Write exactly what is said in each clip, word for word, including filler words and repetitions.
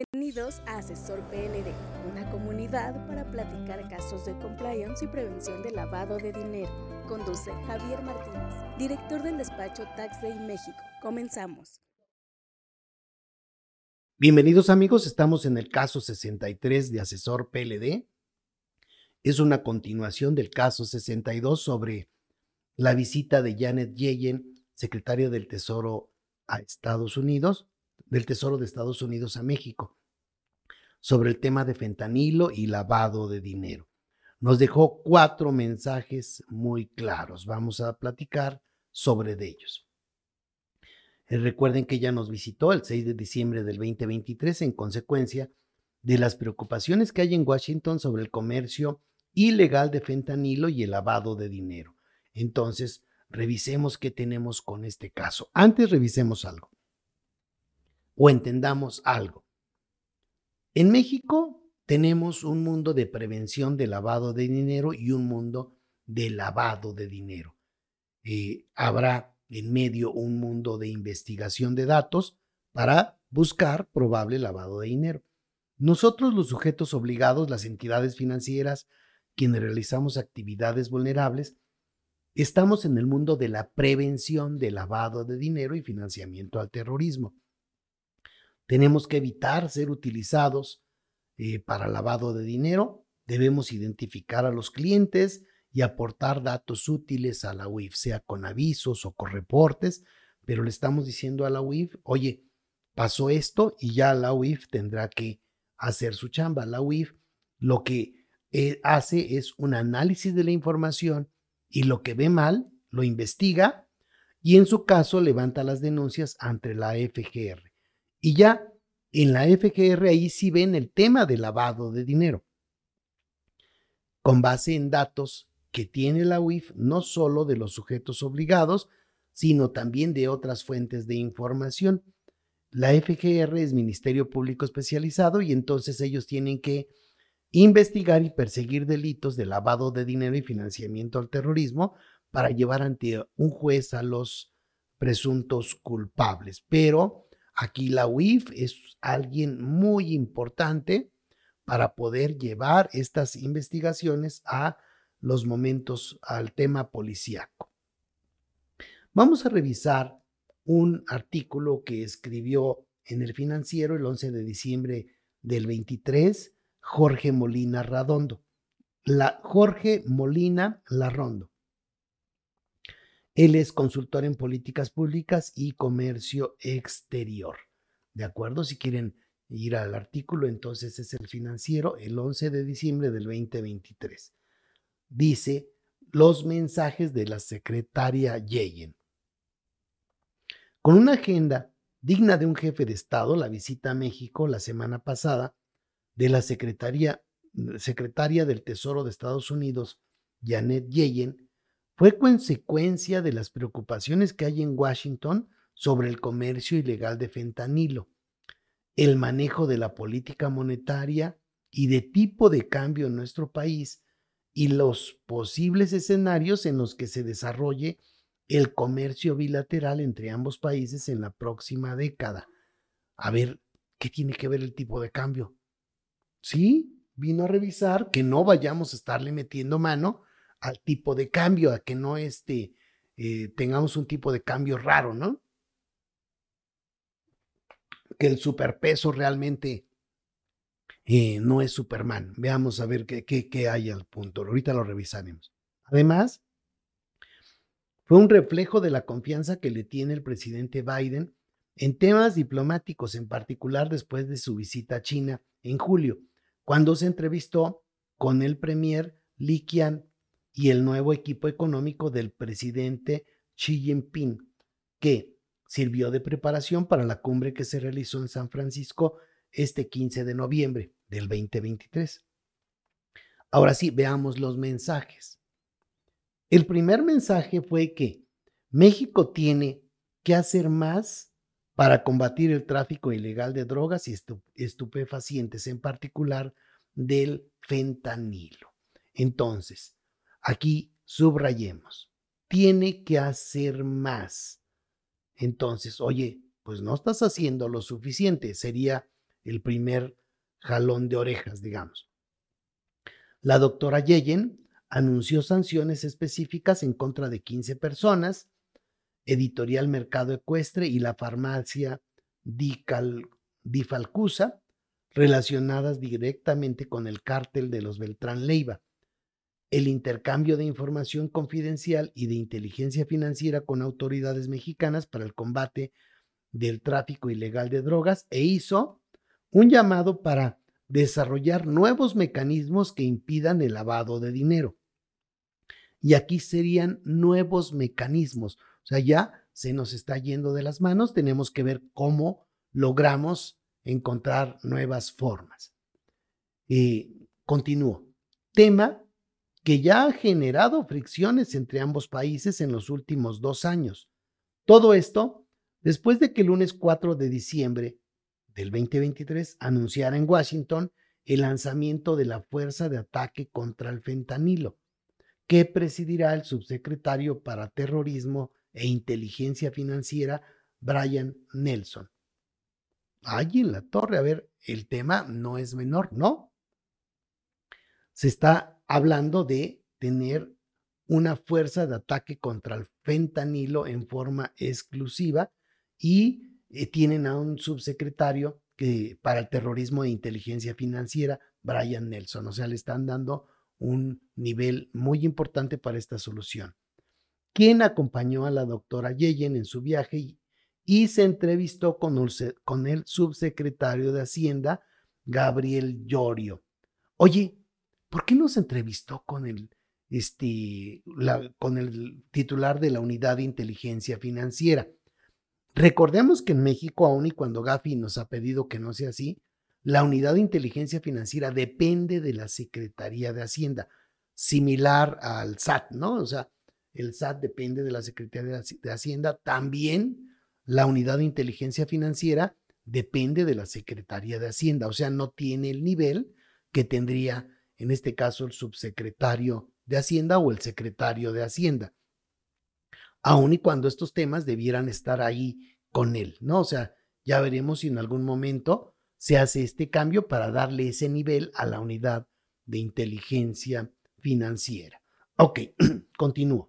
Bienvenidos a Asesor P L D, una comunidad para platicar casos de compliance y prevención de lavado de dinero. Conduce Javier Martínez, director del despacho Tax Day México. Comenzamos. Bienvenidos amigos, estamos en el caso sesenta y tres de Asesor P L D. Es una continuación del caso sesenta y dos sobre la visita de Janet Yellen, secretaria del Tesoro a Estados Unidos, del Tesoro de Estados Unidos a México, sobre el tema de fentanilo y lavado de dinero. Nos dejó cuatro mensajes muy claros. Vamos a platicar sobre de ellos. Eh, Recuerden que ella nos visitó el seis de diciembre del veinte veintitrés en consecuencia de las preocupaciones que hay en Washington sobre el comercio ilegal de fentanilo y el lavado de dinero. Entonces, revisemos qué tenemos con este caso. Antes revisemos algo o entendamos algo. En México tenemos un mundo de prevención de lavado de dinero y un mundo de lavado de dinero. Eh, habrá en medio un mundo de investigación de datos para buscar probable lavado de dinero. Nosotros, los sujetos obligados, las entidades financieras, quienes realizamos actividades vulnerables, estamos en el mundo de la prevención de lavado de dinero y financiamiento al terrorismo. Tenemos que evitar ser utilizados eh, para lavado de dinero. Debemos identificar a los clientes y aportar datos útiles a la U I F, sea con avisos o con reportes, pero le estamos diciendo a la U I F, oye, pasó esto y ya la U I F tendrá que hacer su chamba. La U I F lo que eh, hace es un análisis de la información y lo que ve mal lo investiga y en su caso levanta las denuncias ante la F G R. Y ya en la F G R ahí sí ven el tema de lavado de dinero, con base en datos que tiene la U I F, no solo de los sujetos obligados, sino también de otras fuentes de información. La F G R es Ministerio Público Especializado y entonces ellos tienen que investigar y perseguir delitos de lavado de dinero y financiamiento al terrorismo para llevar ante un juez a los presuntos culpables. Pero aquí la U I F es alguien muy importante para poder llevar estas investigaciones a los momentos, al tema policíaco. Vamos a revisar un artículo que escribió en El Financiero el once de diciembre del veintitrés, Jorge Molina Radondo. La, Jorge Molina Larrondo. Él es consultor en políticas públicas y comercio exterior. ¿De acuerdo? Si quieren ir al artículo, entonces es El Financiero, el once de diciembre del veinte veintitrés. Dice los mensajes de la secretaria Yellen. Con una agenda digna de un jefe de Estado, la visita a México la semana pasada de la secretaria, secretaria del Tesoro de Estados Unidos, Janet Yellen, fue consecuencia de las preocupaciones que hay en Washington sobre el comercio ilegal de fentanilo, el manejo de la política monetaria y de tipo de cambio en nuestro país y los posibles escenarios en los que se desarrolle el comercio bilateral entre ambos países en la próxima década. A ver, ¿qué tiene que ver el tipo de cambio? Sí, vino a revisar que no vayamos a estarle metiendo mano al tipo de cambio, a que no este, eh, tengamos un tipo de cambio raro, ¿no? Que el superpeso realmente eh, no es Superman. Veamos a ver qué, qué, qué hay al punto. Ahorita lo revisaremos. Además, fue un reflejo de la confianza que le tiene el presidente Biden en temas diplomáticos, en particular después de su visita a China en julio, cuando se entrevistó con el premier Li Qian y el nuevo equipo económico del presidente Xi Jinping, que sirvió de preparación para la cumbre que se realizó en San Francisco este quince de noviembre del veinte veintitrés. Ahora sí, veamos los mensajes. El primer mensaje fue que México tiene que hacer más para combatir el tráfico ilegal de drogas y estupefacientes, en particular del fentanilo. Entonces, aquí subrayemos, tiene que hacer más. Entonces, oye, pues no estás haciendo lo suficiente. Sería el primer jalón de orejas, digamos. La doctora Yellen anunció sanciones específicas en contra de quince personas, Editorial Mercado Ecuestre y la farmacia Dical, Difalcusa, relacionadas directamente con el cártel de los Beltrán Leiva, el intercambio de información confidencial y de inteligencia financiera con autoridades mexicanas para el combate del tráfico ilegal de drogas, e hizo un llamado para desarrollar nuevos mecanismos que impidan el lavado de dinero. Y aquí serían nuevos mecanismos. O sea, ya se nos está yendo de las manos, tenemos que ver cómo logramos encontrar nuevas formas. Eh, continúo. Tema que ya ha generado fricciones entre ambos países en los últimos dos años. Todo esto después de que el lunes cuatro de diciembre del veinte veintitrés anunciara en Washington el lanzamiento de la Fuerza de Ataque contra el Fentanilo, que presidirá el subsecretario para Terrorismo e Inteligencia Financiera, Brian Nelson. Allí en la torre, a ver, el tema no es menor, ¿no? Se está hablando de tener una fuerza de ataque contra el fentanilo en forma exclusiva y eh, tienen a un subsecretario que, para el terrorismo e inteligencia financiera, Brian Nelson. O sea, le están dando un nivel muy importante para esta solución. Quien acompañó a la doctora Yellen en su viaje y, y se entrevistó con el, con el subsecretario de Hacienda, Gabriel Llorio. Oye, ¿por qué no se entrevistó con el, este, la, con el titular de la Unidad de Inteligencia Financiera? Recordemos que en México, aun y cuando Gafi nos ha pedido que no sea así, la Unidad de Inteligencia Financiera depende de la Secretaría de Hacienda, similar al S A T, ¿no? O sea, el S A T depende de la Secretaría de Hacienda. También la Unidad de Inteligencia Financiera depende de la Secretaría de Hacienda. O sea, no tiene el nivel que tendría, en este caso, el subsecretario de Hacienda o el secretario de Hacienda, aun y cuando estos temas debieran estar ahí con él, ¿no? O sea, ya veremos si en algún momento se hace este cambio para darle ese nivel a la Unidad de Inteligencia Financiera. Ok, continúo.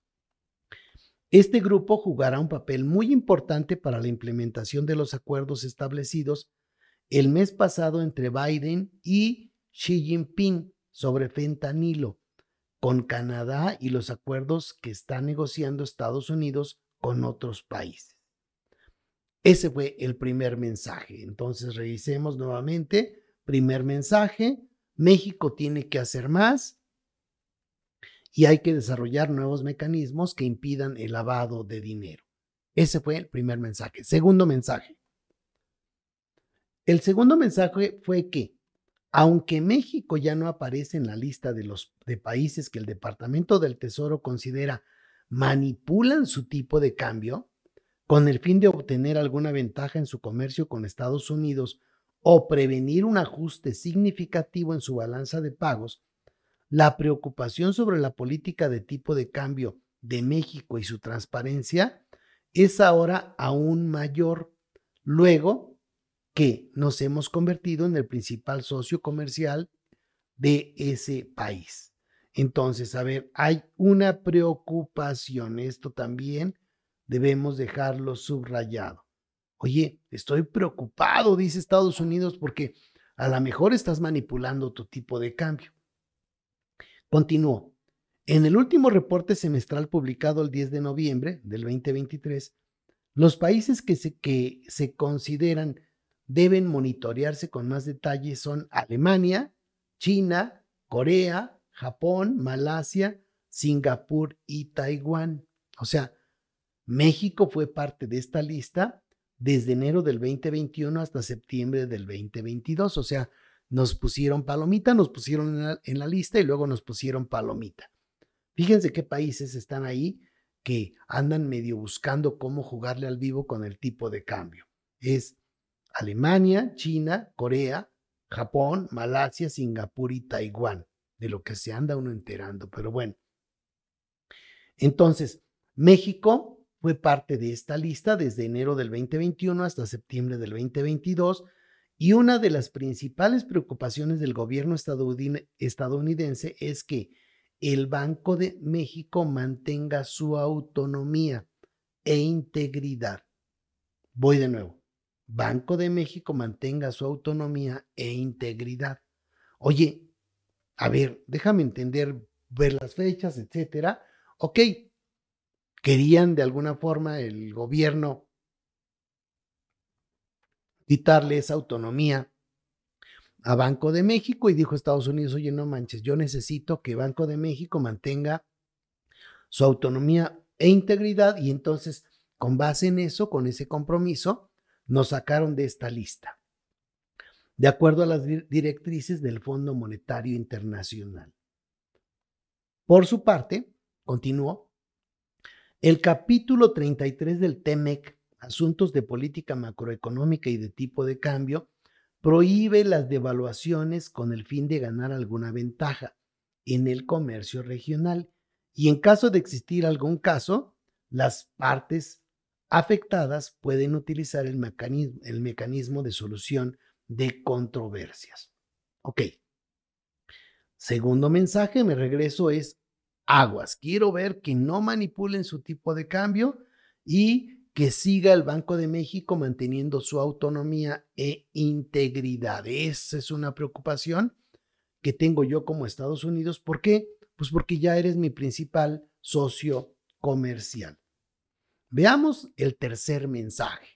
Este grupo jugará un papel muy importante para la implementación de los acuerdos establecidos el mes pasado entre Biden y Xi Jinping sobre fentanilo con Canadá y los acuerdos que está negociando Estados Unidos con otros países. Ese fue el primer mensaje. Entonces, revisemos nuevamente. Primer mensaje, México tiene que hacer más y hay que desarrollar nuevos mecanismos que impidan el lavado de dinero. Ese fue el primer mensaje. Segundo mensaje. El segundo mensaje fue que, aunque México ya no aparece en la lista de los de países que el Departamento del Tesoro considera manipulan su tipo de cambio con el fin de obtener alguna ventaja en su comercio con Estados Unidos o prevenir un ajuste significativo en su balanza de pagos, la preocupación sobre la política de tipo de cambio de México y su transparencia es ahora aún mayor, luego que nos hemos convertido en el principal socio comercial de ese país. Entonces, a ver, hay una preocupación. Esto también debemos dejarlo subrayado. Oye, estoy preocupado, dice Estados Unidos, porque a lo mejor estás manipulando tu tipo de cambio. Continúo. En el último reporte semestral publicado el diez de noviembre del veinte veintitrés, los países que se, que se consideran deben monitorearse con más detalle son Alemania, China, Corea, Japón, Malasia, Singapur y Taiwán. O sea, México fue parte de esta lista desde enero del veinte veintiuno hasta septiembre del veinte veintidós. O sea, nos pusieron palomita, nos pusieron en la, en la lista y luego nos pusieron palomita. Fíjense qué países están ahí que andan medio buscando cómo jugarle al vivo con el tipo de cambio. Es Alemania, China, Corea, Japón, Malasia, Singapur y Taiwán, de lo que se anda uno enterando, pero bueno. Entonces, México fue parte de esta lista desde enero del veinte veintiuno hasta septiembre del veinte veintidós Y una de las principales preocupaciones del gobierno estadounidense es que el Banco de México mantenga su autonomía e integridad. Voy de nuevo. Banco de México mantenga su autonomía e integridad. Oye, a ver, déjame entender, ver las fechas, etcétera. Ok, querían de alguna forma el gobierno quitarle esa autonomía a Banco de México y dijo Estados Unidos, oye, no manches, yo necesito que Banco de México mantenga su autonomía e integridad y entonces con base en eso, con ese compromiso, nos sacaron de esta lista, de acuerdo a las directrices del Fondo Monetario Internacional. Por su parte, continuó, el capítulo treinta y tres del T M E C, Asuntos de Política Macroeconómica y de Tipo de Cambio, prohíbe las devaluaciones con el fin de ganar alguna ventaja en el comercio regional y en caso de existir algún caso, las partes afectadas pueden utilizar el mecanismo, el mecanismo de solución de controversias. Ok. Segundo mensaje, me regreso, es aguas. Quiero ver que no manipulen su tipo de cambio y que siga el Banco de México manteniendo su autonomía e integridad. Esa es una preocupación que tengo yo como Estados Unidos. ¿Por qué? Pues porque ya eres mi principal socio comercial. Veamos el tercer mensaje.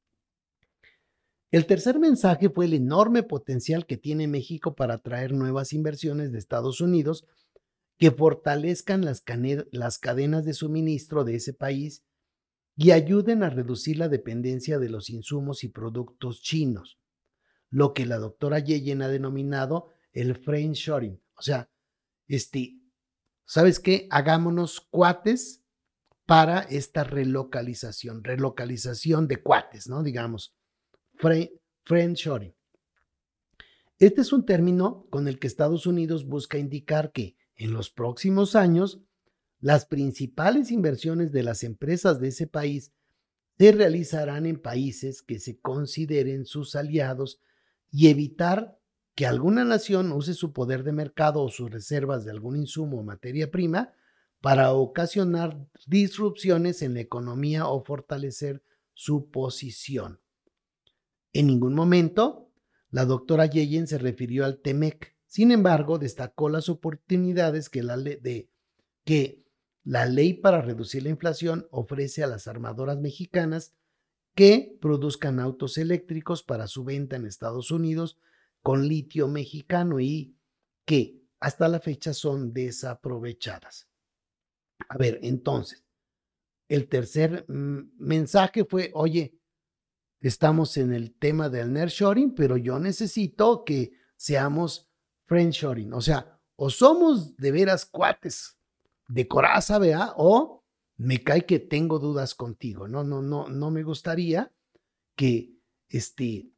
El tercer mensaje fue el enorme potencial que tiene México para atraer nuevas inversiones de Estados Unidos que fortalezcan las, las cadenas de suministro de ese país y ayuden a reducir la dependencia de los insumos y productos chinos, lo que la doctora Yellen ha denominado el friendshoring. O sea, este, ¿sabes qué? Hagámonos cuates para esta relocalización, relocalización de cuates, ¿no? Digamos, friendshoring. Este es un término con el que Estados Unidos busca indicar que en los próximos años las principales inversiones de las empresas de ese país se realizarán en países que se consideren sus aliados y evitar que alguna nación use su poder de mercado o sus reservas de algún insumo o materia prima para ocasionar disrupciones en la economía o fortalecer su posición. En ningún momento la doctora Yellen se refirió al T M E C. Sin embargo, destacó las oportunidades que la, le de, que la ley para reducir la inflación ofrece a las armadoras mexicanas que produzcan autos eléctricos para su venta en Estados Unidos con litio mexicano y que hasta la fecha son desaprovechadas. A ver, entonces, el tercer mm, mensaje fue, oye, estamos en el tema del nearshoring, pero yo necesito que seamos friendshoring. O sea, o somos de veras cuates de coraza, ¿verdad? O me cae que tengo dudas contigo. No, no, no, no me gustaría que este,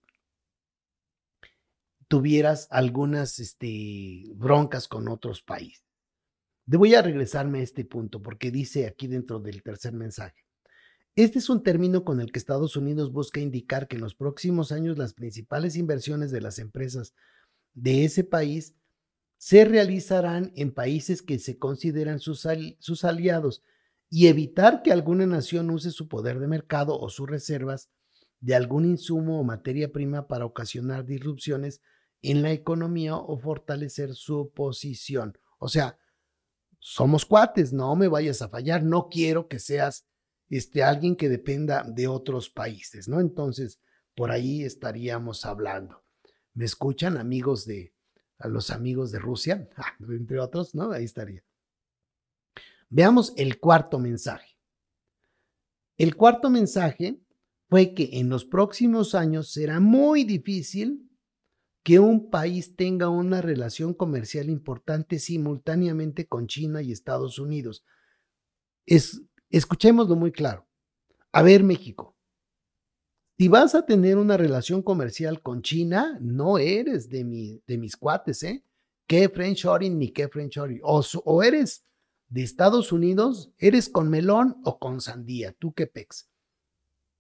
tuvieras algunas este, broncas con otros países. Voy a regresarme a este punto porque dice aquí dentro del tercer mensaje. Este es un término con el que Estados Unidos busca indicar que en los próximos años las principales inversiones de las empresas de ese país se realizarán en países que se consideran sus, al, sus aliados y evitar que alguna nación use su poder de mercado o sus reservas de algún insumo o materia prima para ocasionar disrupciones en la economía o fortalecer su posición. O sea, somos cuates, no me vayas a fallar, no quiero que seas este, alguien que dependa de otros países, ¿no? Entonces, por ahí estaríamos hablando. ¿Me escuchan, amigos de, a los amigos de Rusia? Ah, entre otros, ¿no? Ahí estaría. Veamos el cuarto mensaje. El cuarto mensaje fue que en los próximos años será muy difícil que un país tenga una relación comercial importante simultáneamente con China y Estados Unidos. Es, escuchémoslo muy claro. A ver, México, si vas a tener una relación comercial con China, no eres de, mi, de mis cuates, ¿eh? ¿Qué friendshoring ni qué friendshoring? O, o eres de Estados Unidos, eres con melón o con sandía. ¿Tú qué pex?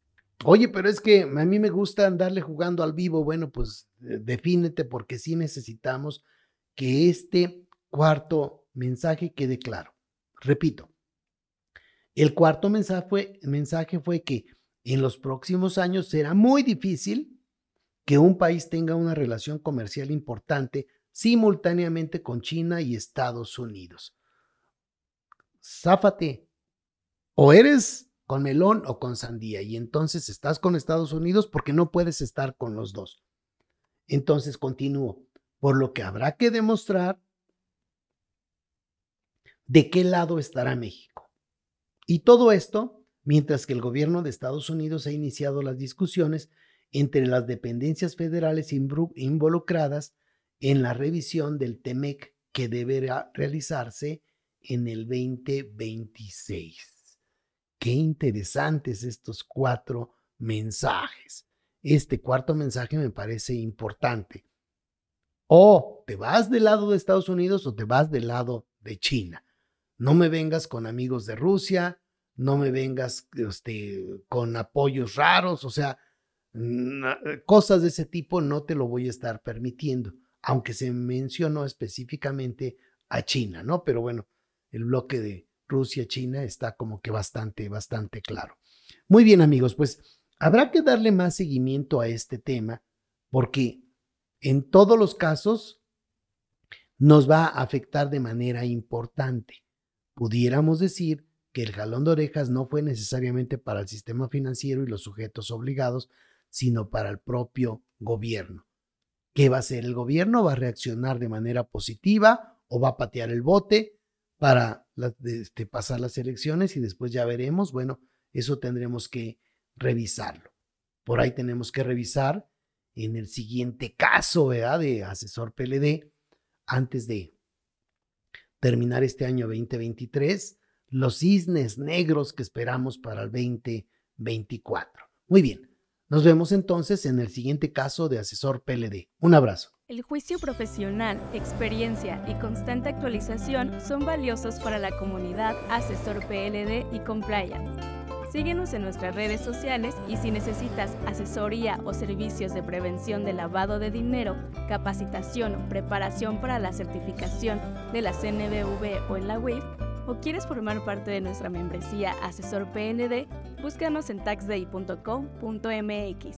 Oye, pero es que a mí me gusta andarle jugando al vivo. Bueno, pues eh, defínete porque sí necesitamos que este cuarto mensaje quede claro. Repito, el cuarto mensaje fue, mensaje fue que en los próximos años será muy difícil que un país tenga una relación comercial importante simultáneamente con China y Estados Unidos. Záfate, o eres con melón o con sandía, y entonces estás con Estados Unidos porque no puedes estar con los dos. Entonces continúo, por lo que habrá que demostrar de qué lado estará México. Y todo esto mientras que el gobierno de Estados Unidos ha iniciado las discusiones entre las dependencias federales involucradas en la revisión del TEMEC que deberá realizarse en el veinte veintiséis. Qué interesantes estos cuatro mensajes. Este cuarto mensaje me parece importante. O te vas del lado de Estados Unidos o te vas del lado de China. No me vengas con amigos de Rusia, no me vengas este, con apoyos raros, o sea, cosas de ese tipo no te lo voy a estar permitiendo, aunque se mencionó específicamente a China, ¿no? Pero bueno, el bloque de Rusia-China está como que bastante, bastante claro. Muy bien, amigos, pues habrá que darle más seguimiento a este tema porque en todos los casos nos va a afectar de manera importante. Pudiéramos decir que el jalón de orejas no fue necesariamente para el sistema financiero y los sujetos obligados, sino para el propio gobierno. ¿Qué va a hacer el gobierno? ¿Va a reaccionar de manera positiva o va a patear el bote para la, este, pasar las elecciones y después ya veremos? Bueno, eso tendremos que revisarlo. Por ahí tenemos que revisar en el siguiente caso, ¿verdad?, de asesor P L D, antes de terminar este año veinte veintitrés, los cisnes negros que esperamos para el veinte veinticuatro. Muy bien, nos vemos entonces en el siguiente caso de asesor P L D. Un abrazo. El juicio profesional, experiencia y constante actualización son valiosos para la comunidad Asesor P L D y Compliance. Síguenos en nuestras redes sociales y si necesitas asesoría o servicios de prevención de lavado de dinero, capacitación o preparación para la certificación de la C N B V o en la U I F, o quieres formar parte de nuestra membresía Asesor P L D, búscanos en tax day punto com punto m x.